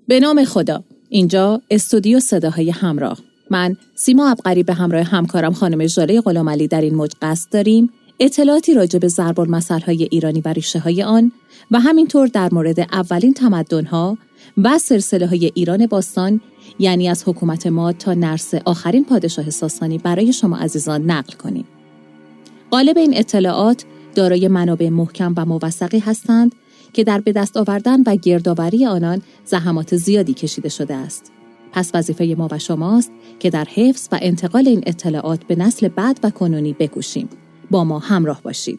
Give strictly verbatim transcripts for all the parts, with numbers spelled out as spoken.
به نام خدا. اینجا استودیو صداهای همراه. من سیما عبقری به همراه همکارم خانم ژاله غلامعلی در این موج قصد داریم اطلاعاتی راجع به ضرب المثل‌های ایرانی و ریشه‌های آن و همینطور در مورد اولین تمدن‌ها و سلسله‌های ایران باستان، یعنی از حکومت ماد تا نرس آخرین پادشاه ساسانی، برای شما عزیزان نقل کنیم. غالب این اطلاعات دارای منابع محکم و موثقی هستند که در به دست آوردن و گردآوری آنان زحمات زیادی کشیده شده است. پس وظیفه ما و شماست که در حفظ و انتقال این اطلاعات به نسل بعد و کنونی بکوشیم. با ما همراه باشید.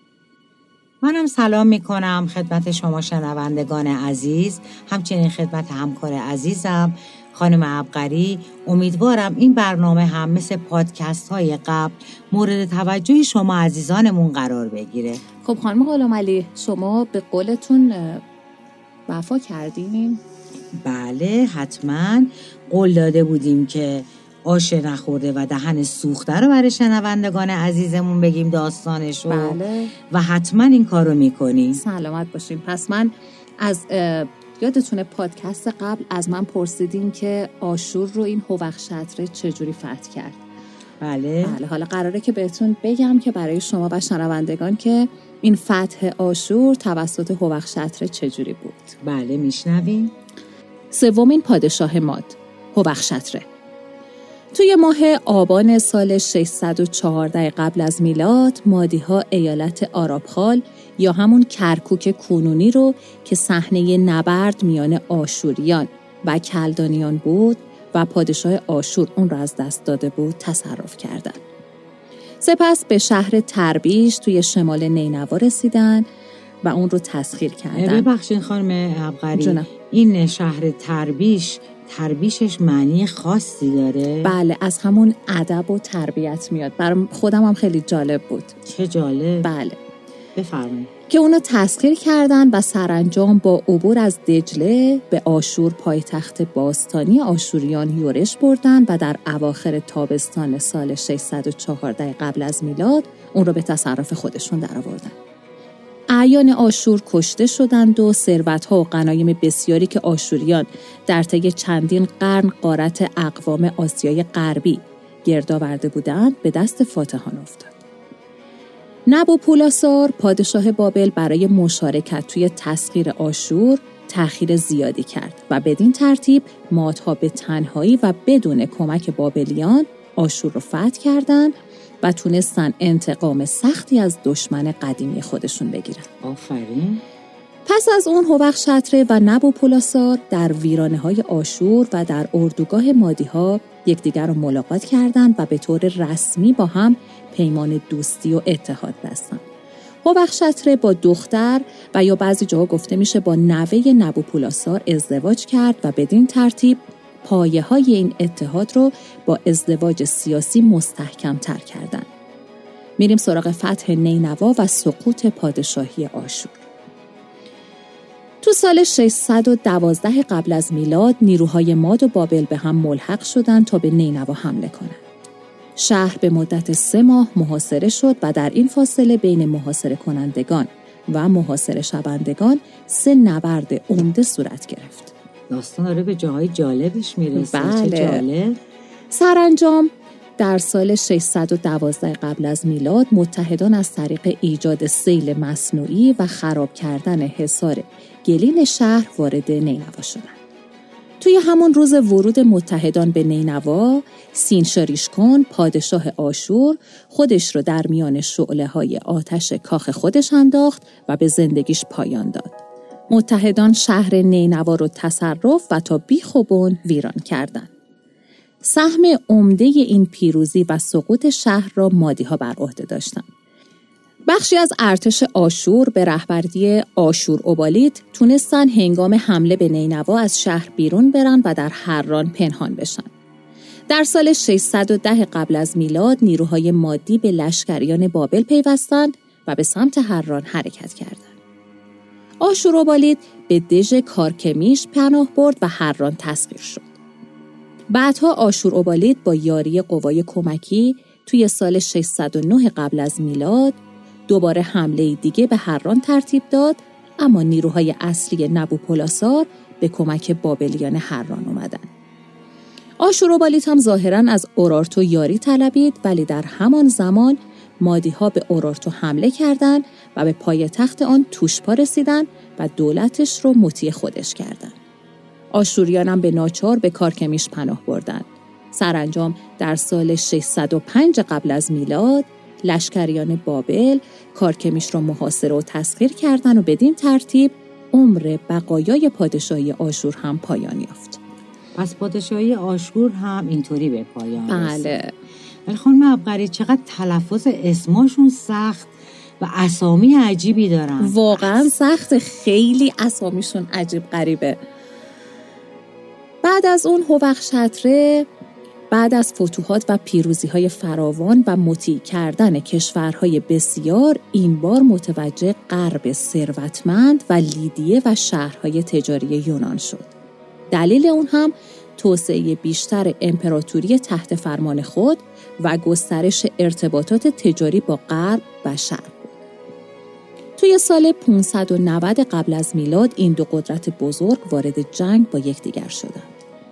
منم سلام میکنم خدمت شما شنوندگان عزیز، همچنین خدمت همکار عزیزم خانم عبقری. امیدوارم این برنامه هم مثل پادکست های قبل مورد توجه شما عزیزانمون قرار بگیره. خب خانم غلامعلی، شما به قولتون وفا کردین؟ بله حتما، قول داده بودیم که آش نخورده و دهن سوخته رو برای شنوندگان عزیزمون بگیم داستانشو. بله. و حتما این کار رو میکنیم. سلامت باشیم. پس من از یادتونه پادکست قبل از من پرسیدین که آشور رو این هوخشتره چجوری فتح کرد؟ بله. بله، حالا قراره که بهتون بگم که برای شما و شنوندگان که این فتح آشور توسط هوخشتره چجوری بود. بله میشنویم. سومین پادشاه ماد، هوخشتره، توی ماه آبان سال ششصد و چهارده قبل از میلاد مادی‌ها ایالت آرابخال یا همون کرکوک کنونی رو که صحنه نبرد میان آشوریان و کلدانیان بود و پادشاه آشور اون رو از دست داده بود تصرف کردند. سپس به شهر تربیش توی شمال نینوا رسیدن و اون رو تسخیر کردن. ببخشید خانم عبقری، این شهر تربیش تربیشش معنی خاصی داره؟ بله، از همون ادب و تربیت میاد. برام خودم هم خیلی جالب بود. چه جالب؟ بله بفرمایید. که اونو تسخیر کردن و سرانجام با عبور از دجله به آشور، پایتخت باستانی آشوریان، یورش بردن و در اواخر تابستان سال ششصد و چهارده قبل از میلاد اون رو به تصرف خودشون درآوردن. اعیان آشور کشته شدند و ثروت‌ها و غنایم بسیاری که آشوریان در طی چندین قرن غارت اقوام آسیای غربی گرد آورده بودند به دست فاتحان افتاد. نبوپولاسار پادشاه بابل برای مشارکت توی تسخیر آشور تأخیر زیادی کرد و بدین ترتیب مادها به تنهایی و بدون کمک بابلیان آشور رو فتح کردند و تونستن انتقام سختی از دشمن قدیمی خودشون بگیرن. آفرین. پس از اون هوخشتره و نبوپولاسار در ویرانه‌های آشور و در اردوگاه مادی‌ها یکدیگر رو ملاقات کردند و به طور رسمی با هم پیمان دوستی و اتحاد بستند. هوخشتره با دختر و یا بعضی جاها گفته میشه با نوه نبوپولاسار ازدواج کرد و بدین ترتیب پایه‌های این اتحاد رو با ازدواج سیاسی مستحکم تر کردن. میریم سراغ فتح نینوا و سقوط پادشاهی آشور. تو سال ششصد و دوازده قبل از میلاد نیروهای ماد و بابل به هم ملحق شدند تا به نینوا حمله کنند. شهر به مدت سه ماه محاصره شد و در این فاصله بین محاصره کنندگان و محاصره شوندگان سه نبرد عمده صورت گرفت. داستان داره به جاهای جالبش میرسه. بله. چه جالب. سرانجام در سال ششصد و دوازده قبل از میلاد متحدان از طریق ایجاد سیل مصنوعی و خراب کردن حصار گلین شهر وارد نینوا شدند. توی همون روز ورود متحدان به نینوا، سینشاریشکن پادشاه آشور خودش رو در میان شعله‌های آتش کاخ خودش انداخت و به زندگیش پایان داد. متحدان شهر نینوا رو تصرف و تا بیخ و بن ویران کردند. سهم عمده این پیروزی و سقوط شهر را مادی‌ها بر عهده داشتند. بخشی از ارتش آشور به رهبری آشورابالیت تونستن هنگام حمله به نینوا از شهر بیرون برن و در حران پنهان بشن. در سال ششصد و ده قبل از میلاد نیروهای مادی به لشکریان بابل پیوستند و به سمت حران حرکت کردند. آشورابالیت به دژ کارکمیش پناه برد و حران تسخیر شد. بعدها آشورابالیت با یاری قوای کمکی توی سال ششصد و نه قبل از میلاد دوباره حمله دیگه به حران ترتیب داد، اما نیروهای اصلی نبوپولاسار به کمک بابلیان حران اومدن. آشوربالیت هم ظاهراً از اورارتو یاری طلبید، ولی در همان زمان مادی‌ها به اورارتو حمله کردند و به پایتخت آن توشپا رسیدن و دولتش رو مطیع خودش کردند. آشوریان هم به ناچار به کارکمیش پناه بردند. سرانجام در سال ششصد و پنج قبل از میلاد لشکریان بابل کارکمیش را محاصره و تسخیر کردند و بدین ترتیب عمر بقایای پادشاهی آشور هم پایان یافت. پس پادشاهی آشور هم اینطوری به پایان رسید. بله. ولی خانم عبقری چقدر تلفظ اسماشون سخت و اسامی عجیبی دارن. واقعا سخت، خیلی اسامیشون عجیب غریبه. بعد از اون هوخشتره بعد از فتوحات و پیروزی‌های فراوان و مطیع کردن کشورهای بسیار، این بار متوجه غرب ثروتمند و لیدیه و شهرهای تجاری یونان شد. دلیل اون هم توسعه بیشتر امپراتوری تحت فرمان خود و گسترش ارتباطات تجاری با غرب و شرق بود. توی سال پانصد و نود قبل از میلاد این دو قدرت بزرگ وارد جنگ با یکدیگر شدند.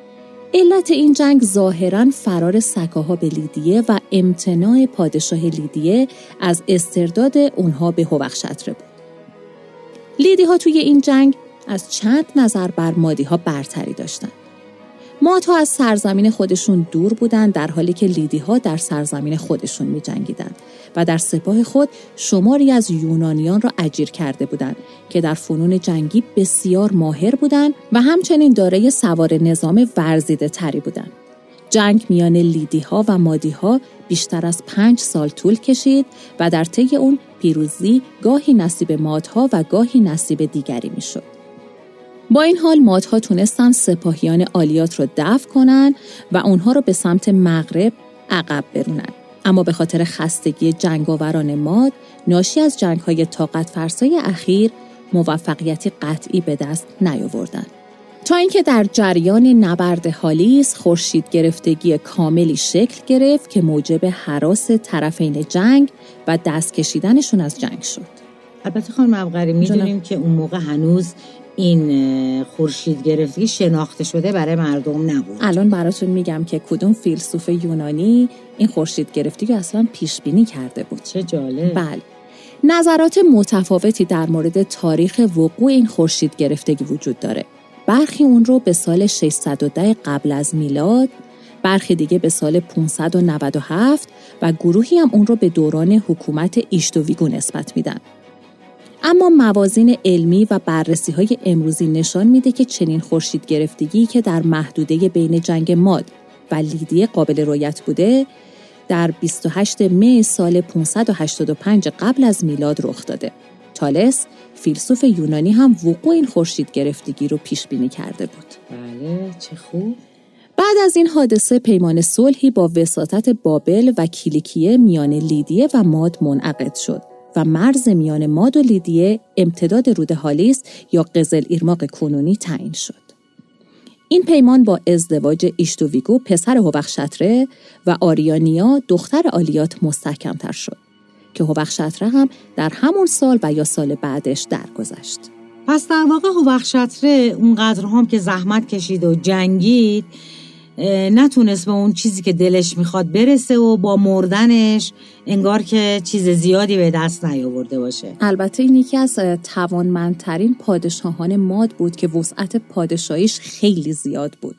علت این جنگ ظاهراً فرار سکاها به لیدیه و امتناع پادشاه لیدیه از استرداد اونها به هوخشتره بود. لیدی‌ها توی این جنگ از چند نظر بر مادی‌ها برتری داشتند. مادها از سرزمین خودشون دور بودند، در حالی که لیدی‌ها در سرزمین خودشون می‌جنگیدند و در سپاه خود شماری از یونانیان را اجیر کرده بودند که در فنون جنگی بسیار ماهر بودند و همچنین دارای سوار نظام ورزیده تری بودند. جنگ میان لیدی‌ها و مادی‌ها بیشتر از پنج سال طول کشید و در طی اون پیروزی گاهی نصیب مادها و گاهی نصیب دیگری میشد. با این حال مادها تونستن سپاهیان آلیات رو دفع کنن و اونها رو به سمت مغرب عقب برونن. اما به خاطر خستگی جنگاوران ماد ناشی از جنگ‌های طاقت فرسای اخیر موفقیتی قطعی به دست نیاوردند. تا اینکه در جریان نبرد هالیس خورشید گرفتگی کاملی شکل گرفت که موجب هراس طرفین جنگ و دست کشیدنشون از جنگ شد. البته خانم عبقری میدونیم که اون موقع هنوز این خورشید گرفتگی شناخته شده برای مردم نبود. الان براتون میگم که کدوم فیلسوف یونانی این خورشید گرفتگی اصلا پیش بینی کرده بود. چه جالب. بله. نظرات متفاوتی در مورد تاریخ وقوع این خورشید گرفتگی وجود داره. برخی اون رو به سال ششصد و ده قبل از میلاد، برخی دیگه به سال پانصد و نود و هفت و گروهی هم اون رو به دوران حکومت ایشتوویگو نسبت میدن. اما موازین علمی و بررسی‌های امروزی نشان میده که چنین خورشید گرفتگی که در محدوده بین جنگ ماد و لیدیه قابل رؤیت بوده، در بیست و هشتم می سال پانصد و هشتاد و پنج قبل از میلاد رخ داده. تالس، فیلسوف یونانی، هم وقوع این خورشید گرفتگی رو پیش بینی کرده بود. بله، چه خوب. بعد از این حادثه پیمان صلحی با وساطت بابل و کیلیکیه میان لیدیه و ماد منعقد شد و مرز میان ماد و لیدیه امتداد رود هالیس یا قزل ایرماق کنونی تعیین شد. این پیمان با ازدواج ایشتوویگو پسر هوخشتره و آریانیا دختر آلیات مستحکم‌تر شد که هوخشتره هم در همون سال و یا سال بعدش درگذشت. پس در واقع هوخشتره اونقدر هم که زحمت کشید و جنگید نتونست به اون چیزی که دلش میخواد برسه و با مردنش انگار که چیز زیادی به دست نیاورده باشه. البته این یکی از توانمندترین پادشاهان ماد بود که وسعت پادشاهیش خیلی زیاد بود.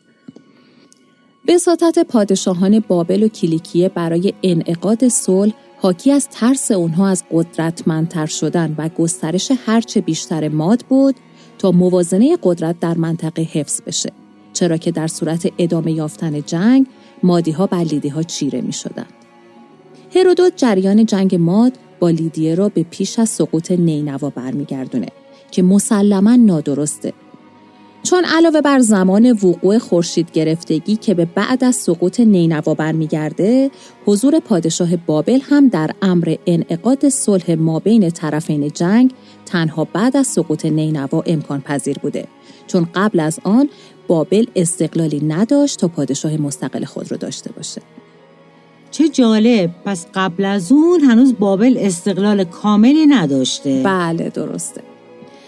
وساطت پادشاهان بابل و کیلیکیه برای انعقاد صلح حاکی از ترس اونها از قدرتمندتر شدن و گسترش هرچه بیشتر ماد بود تا موازنه قدرت در منطقه حفظ بشه، چرا که در صورت ادامه یافتن جنگ مادی‌ها بر لیدی‌ها چیره می‌شدند. هرودوت جریان جنگ ماد با لیدیه را به پیش از سقوط نینوا برمیگردونه که مسلماً نادرسته، چون علاوه بر زمان وقوع خورشید گرفتگی که به بعد از سقوط نینوا برمیگرده، حضور پادشاه بابل هم در امر انعقاد صلح مابین طرفین جنگ تنها بعد از سقوط نینوا امکان پذیر بوده، چون قبل از آن بابل استقلالی نداشت تا پادشاه مستقل خود رو داشته باشه. چه جالب. پس قبل از اون هنوز بابل استقلال کاملی نداشته. بله درسته.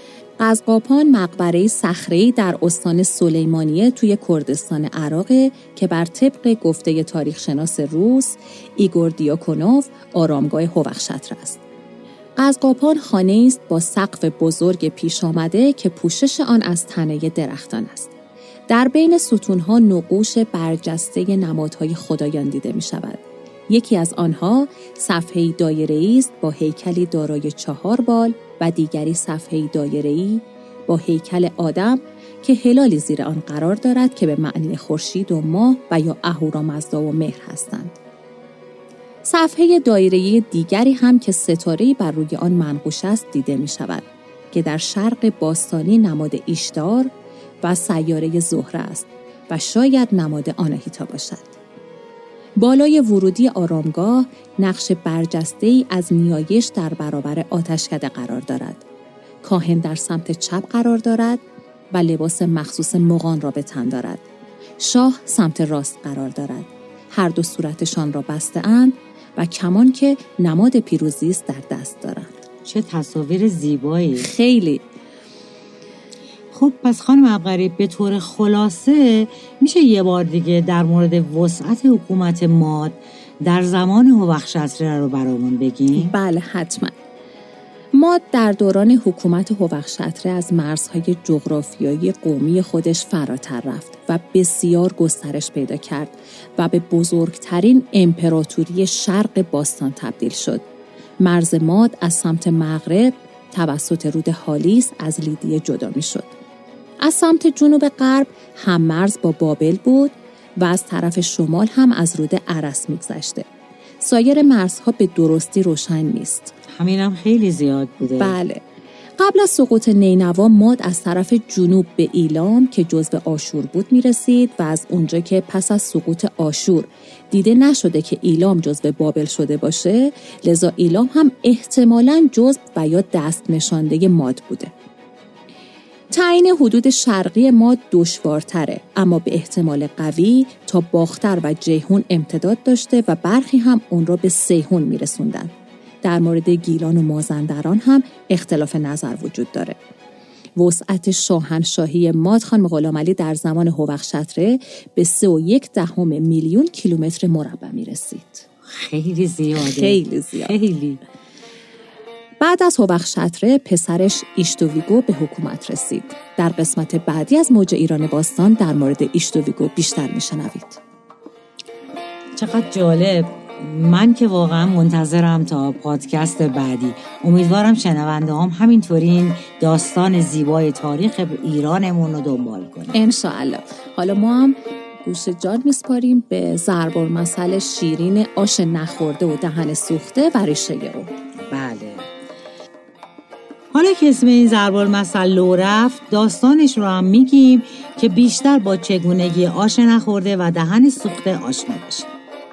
قزقاپان مقبره صخره‌ای در استان سلیمانیه توی کردستان عراق که بر طبق گفته تاریخشناس روس ایگور دیاکونوف آرامگاه هوخشتر است. قزقاپان خانه‌ای است با سقف بزرگ پیش آمده که پوشش آن از تنه درختان است. در بین ستونها نقوش برجسته نمادهای خدایان دیده می شود. یکی از آنها صفحه‌ای دایره‌ای است با هیکلی دارای چهار بال و دیگری صفحه‌ای دایره‌ای با هیکل آدم که هلالی زیر آن قرار دارد که به معنی خورشید و ماه و یا اهورامزدا و مهر هستند. صفحه دایره‌ای دیگری هم که ستاره‌ای بر روی آن منقوش است دیده می شود که در شرق باستانی نماد ایشتار و سیاره زهره است و شاید نماد آناهیتا باشد. بالای ورودی آرامگاه نقش برجسته‌ای از نیایش در برابر آتشکده قرار دارد. کاهن در سمت چپ قرار دارد و لباس مخصوص مغان را به تن دارد. شاه سمت راست قرار دارد. هر دو صورتشان را بسته اند و کمان که نماد پیروزی است در دست دارند. چه تصاویر زیبایی. خیلی. خب پس خانم عبقری به طور خلاصه میشه یه بار دیگه در مورد وسعت حکومت ماد در زمان هوخشتره رو برامون بگین؟ بله حتما. ماد در دوران حکومت هوخشتره از مرزهای جغرافیایی قومی خودش فراتر رفت و بسیار گسترش پیدا کرد و به بزرگترین امپراتوری شرق باستان تبدیل شد. مرز ماد از سمت مغرب توسط رود هالیس از لیدیه جدا می شد. از سمت جنوب غرب هم مرز با بابل بود و از طرف شمال هم از رود ارس می گذشته. سایر مرزها به درستی روشن نیست. همین هم خیلی زیاد بوده. بله. قبل از سقوط نینوا ماد از طرف جنوب به ایلام که جزو آشور بود می رسید و از اونجا که پس از سقوط آشور دیده نشده که ایلام جزو بابل شده باشه، لذا ایلام هم احتمالاً جزو و یا دست نشانده ماد بوده. تعیین حدود شرقی ماد دشوارتره، اما به احتمال قوی تا باختر و جیهون امتداد داشته و برخی هم اون را به سیهون می رسوندن. در مورد گیلان و مازندران هم اختلاف نظر وجود داره. وسعت شاهنشاهی ماد خانم غلامعلی در زمان هوخشتره به سه و یک دهم میلیون کیلومتر مربع می رسید. خیلی زیاده. خیلی زیاد. خیلی. بعد از هوخشتره پسرش ایشتوویگو به حکومت رسید. در قسمت بعدی از موج ایران باستان در مورد ایشتوویگو بیشتر میشنوید. چقدر جالب. من که واقعا منتظرم تا پادکست بعدی. امیدوارم شنونده هم همینطوری این داستان زیبای تاریخ ایرانمون رو دنبال کنیم. انشاءالله. حالا ما هم گوش جان میسپاریم به ضرب المثل شیرین آش نخورده و دهن سوخته و ریشه او. بله. حالا که اسم این ضرب المثل لو رفت، داستانش رو هم میگیم که بیشتر با چگونگی آش نخورده و دهن سوخته آشنا بشیم.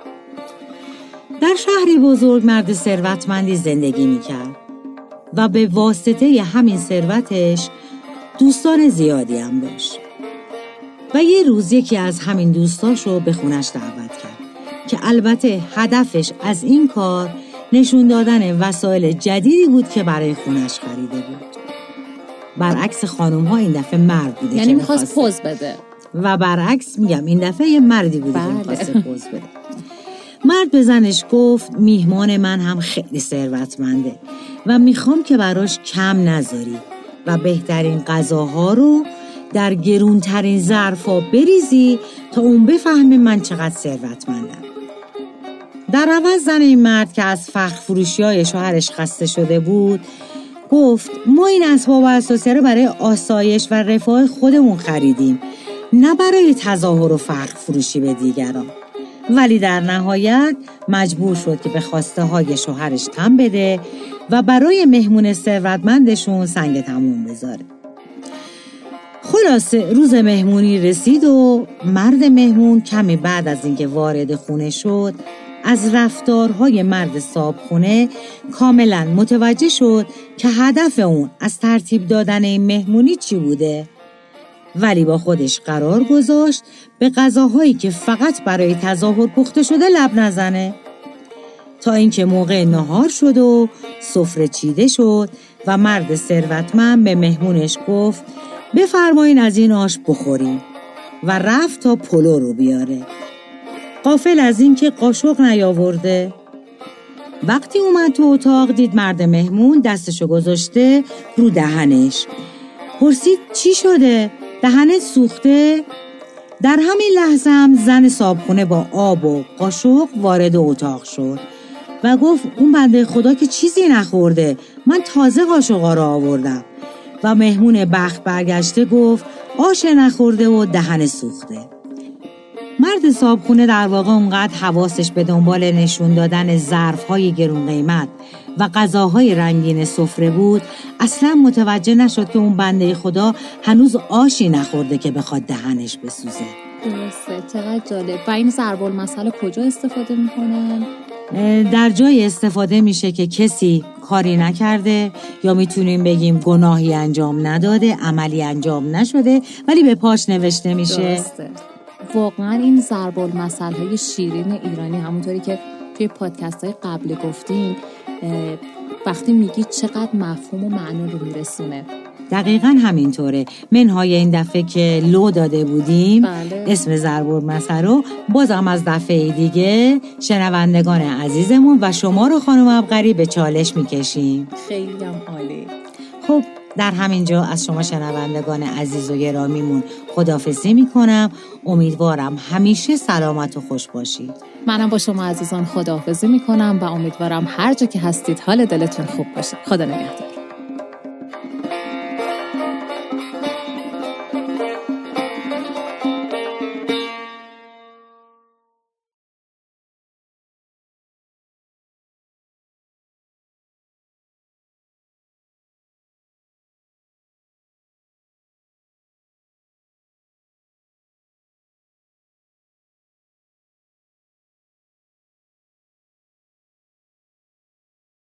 در شهری بزرگ مرد ثروتمندی زندگی میکرد و به واسطه همین ثروتش دوستان زیادی هم داشت. و یه روز یکی از همین دوستاشو به خونش دعوت کرد که البته هدفش از این کار نشون دادن وسایل جدیدی بود که برای خونش خریده بود. برعکس خانوم ها این دفعه مرد بوده، یعنی میخواست پوز بده. و برعکس میگم این دفعه یه مردی بوده بله. که میخواست پوز بده. مرد به زنش گفت میهمان من هم خیلی ثروتمنده و میخوام که براش کم نذاری و بهترین غذاها رو در گرونترین ظرفا بریزی تا اون بفهمه من چقدر ثروتمندم. در عوض زن این مرد که از فخر فروشی های شوهرش خسته شده بود گفت ما این اسباب و اساسیه رو برای آسایش و رفاه خودمون خریدیم، نه برای تظاهر و فخر فروشی به دیگران. ولی در نهایت مجبور شد که به خواسته های شوهرش تن بده و برای مهمون ثروتمندشون سنگ تموم بذاره. خلاصه روز مهمونی رسید و مرد مهمون کمی بعد از اینکه وارد خونه شد از رفتارهای مرد صاحبخونه کاملا متوجه شد که هدف اون از ترتیب دادن این مهمونی چی بوده. ولی با خودش قرار گذاشت به غذاهایی که فقط برای تظاهر پخته شده لب نزنه. تا اینکه موقع نهار شد و سفره چیده شد و مرد ثروتمند به مهمونش گفت بفرمایین از این آش بخوریم و رفت تا پلو رو بیاره. غافل از این که قاشق نیاورده. وقتی اومد تو اتاق دید مرد مهمون دستشو گذاشته رو دهنش. پرسید چی شده؟ دهنت سوخته؟ در همین لحظه هم زن صابخونه با آب و قاشق وارد اتاق شد و گفت اون بنده خدا که چیزی نخورده، من تازه قاشقا رو آوردم. و مهمون بخت برگشته گفت آش نخورده و دهن سوخته. مرد صابخونه در واقع اونقدر حواسش به دنبال نشون دادن ظرف‌های گرون قیمت و غذاهای رنگین سفره بود، اصلا متوجه نشد که اون بنده خدا هنوز آشی نخورده که بخواد دهنش بسوزه. درسته، چقدر جالب. و این ضرب المثل کجا استفاده میکنن؟ در جای استفاده میشه که کسی کاری نکرده یا میتونیم بگیم گناهی انجام نداده، عملی انجام نشده ولی به پاش نوشته میشه. درسته. واقعا این ضرب المثل های شیرین ایرانی همونطوری که توی پادکست های قبل گفتیم وقتی میگی چقدر مفهوم و معنی رو میرسونه. دقیقاً همینطوره. منهای این دفعه که لو داده بودیم بله. اسم ضرب المثل رو بازم از دفعه دیگه شنوندگان عزیزمون و شما رو خانم عبقری به چالش میکشیم. خیلی هم عالی. خب در همینجا از شما شنوندگان عزیز و گرامیمون خداحافظی میکنم. امیدوارم همیشه سلامت و خوش باشید. منم با شما عزیزان خداحافظی میکنم و امیدوارم هر جا که هستید حال دلتون خوب باشه. خدا نگهدار.